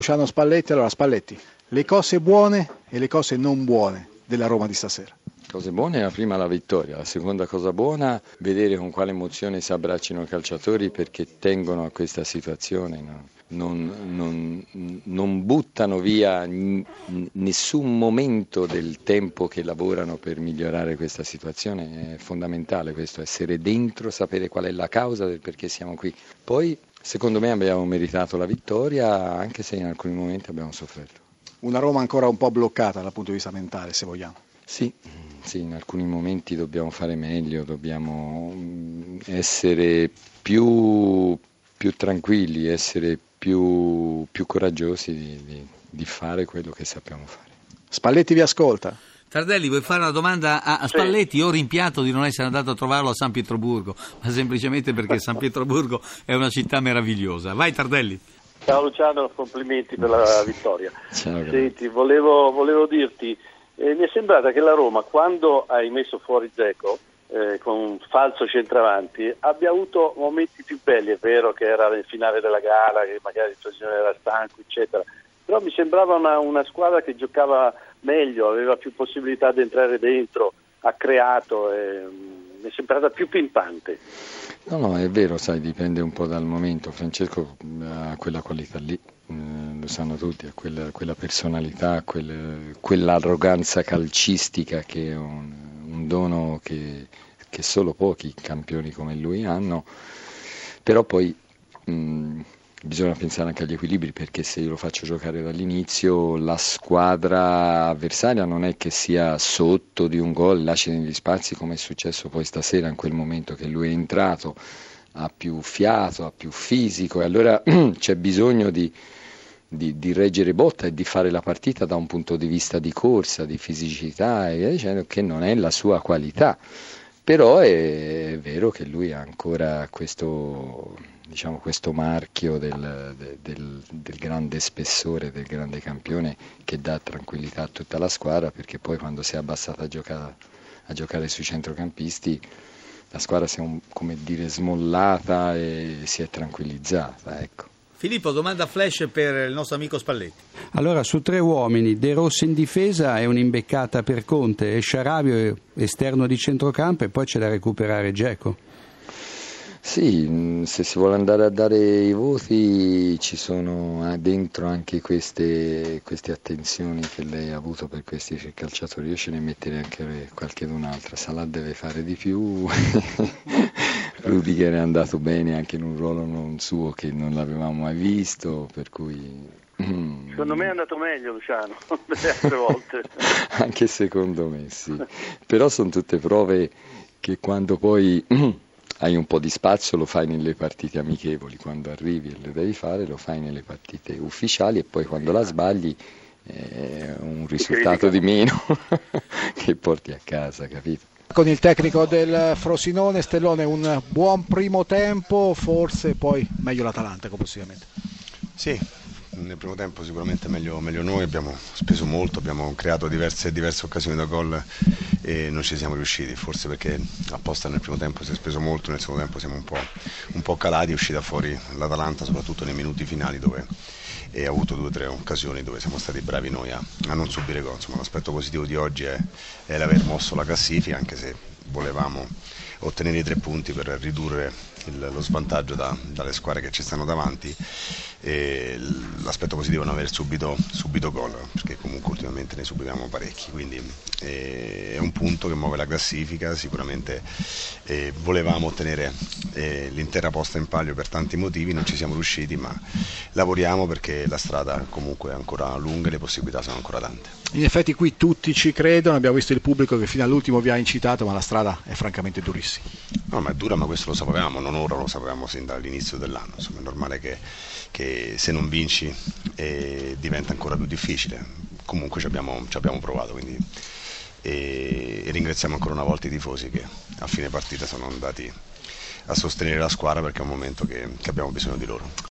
Luciano Spalletti, allora Spalletti, le cose buone e le cose non buone della Roma di stasera. Cose buone, la prima la vittoria, la seconda cosa buona, vedere con quale emozione si abbracciano i calciatori perché tengono a questa situazione, no? Non buttano via nessun momento del tempo che lavorano per migliorare questa situazione, è fondamentale questo, essere dentro, sapere qual è la causa del perché siamo qui. Poi secondo me abbiamo meritato la vittoria anche se in alcuni momenti abbiamo sofferto. Una Roma ancora un po' bloccata dal punto di vista mentale, se vogliamo. Sì, in alcuni momenti dobbiamo fare meglio, dobbiamo essere più tranquilli, essere più coraggiosi di fare quello che sappiamo fare. Spalletti vi ascolta. Tardelli, vuoi fare una domanda a Spalletti? Io ho rimpianto di non essere andato a trovarlo a San Pietroburgo, ma semplicemente perché San Pietroburgo è una città meravigliosa. Vai Tardelli. Ciao Luciano, complimenti per la vittoria. Ciao, senti, volevo dirti, mi è sembrata che la Roma, quando hai messo fuori Dzeko con un falso centravanti, abbia avuto momenti più belli. È vero che era nel finale della gara, che magari il Frosinone era stanco, eccetera, però mi sembrava una squadra che giocava meglio, aveva più possibilità di entrare dentro, ha creato, mi è sembrata più pimpante. No, è vero, sai, dipende un po' dal momento. Francesco ha quella qualità lì, lo sanno tutti, ha quella personalità, quell'arroganza calcistica che è un dono che solo pochi campioni come lui hanno, però poi bisogna pensare anche agli equilibri, perché se io lo faccio giocare dall'inizio la squadra avversaria non è che sia sotto di un gol, lascia negli spazi come è successo poi stasera in quel momento che lui è entrato, ha più fiato, ha più fisico e allora c'è bisogno di reggere botta e di fare la partita da un punto di vista di corsa, di fisicità e via dicendo, che non è la sua qualità. Però è vero che lui ha ancora questo marchio del grande spessore, del grande campione che dà tranquillità a tutta la squadra, perché poi quando si è abbassata a giocare sui centrocampisti la squadra si è smollata e si è tranquillizzata, ecco. Filippo, domanda flash per il nostro amico Spalletti. Allora, su tre uomini, De Rossi in difesa è un'imbeccata per Conte, e Sciarabio esterno di centrocampo e poi c'è da recuperare Dzeko. Sì, se si vuole andare a dare i voti ci sono dentro anche queste attenzioni che lei ha avuto per questi calciatori. Io ce ne metterei anche qualchedun'altra. Salah deve fare di più. Rudiger è andato bene anche in un ruolo non suo che non l'avevamo mai visto, per cui secondo me è andato meglio Luciano delle altre volte. Anche secondo me sì, però sono tutte prove che quando poi hai un po' di spazio lo fai nelle partite amichevoli, quando arrivi e lo devi fare lo fai nelle partite ufficiali e poi quando la sbagli è un risultato di meno che porti a casa, capito? Con il tecnico del Frosinone, Stellone, un buon primo tempo, forse poi meglio l'Atalanta complessivamente. Sì, nel primo tempo sicuramente meglio noi, abbiamo speso molto, abbiamo creato diverse occasioni da gol e non ci siamo riusciti, forse perché apposta nel primo tempo si è speso molto, nel secondo tempo siamo un po' calati, è uscita fuori l'Atalanta soprattutto nei minuti finali dove ha avuto 2 o 3 occasioni dove siamo stati bravi noi a non subire gol. Insomma, l'aspetto positivo di oggi è l'aver mosso la classifica, anche se volevamo ottenere i 3 punti per ridurre lo svantaggio dalle squadre che ci stanno davanti, e l'aspetto positivo è non aver subito gol, perché comunque ultimamente ne subiamo parecchi, quindi è un punto che muove la classifica. Sicuramente volevamo ottenere l'intera posta in palio per tanti motivi, non ci siamo riusciti, ma lavoriamo perché la strada comunque è ancora lunga e le possibilità sono ancora tante. In effetti qui tutti ci credono, abbiamo visto il pubblico che fino all'ultimo vi ha incitato, ma la strada è francamente durissima. No, ma è dura, ma questo lo sapevamo, non ora, lo sapevamo sin dall'inizio dell'anno. Insomma, è normale che se non vinci diventa ancora più difficile. Comunque ci abbiamo provato, quindi e ringraziamo ancora una volta i tifosi che a fine partita sono andati a sostenere la squadra, perché è un momento che abbiamo bisogno di loro.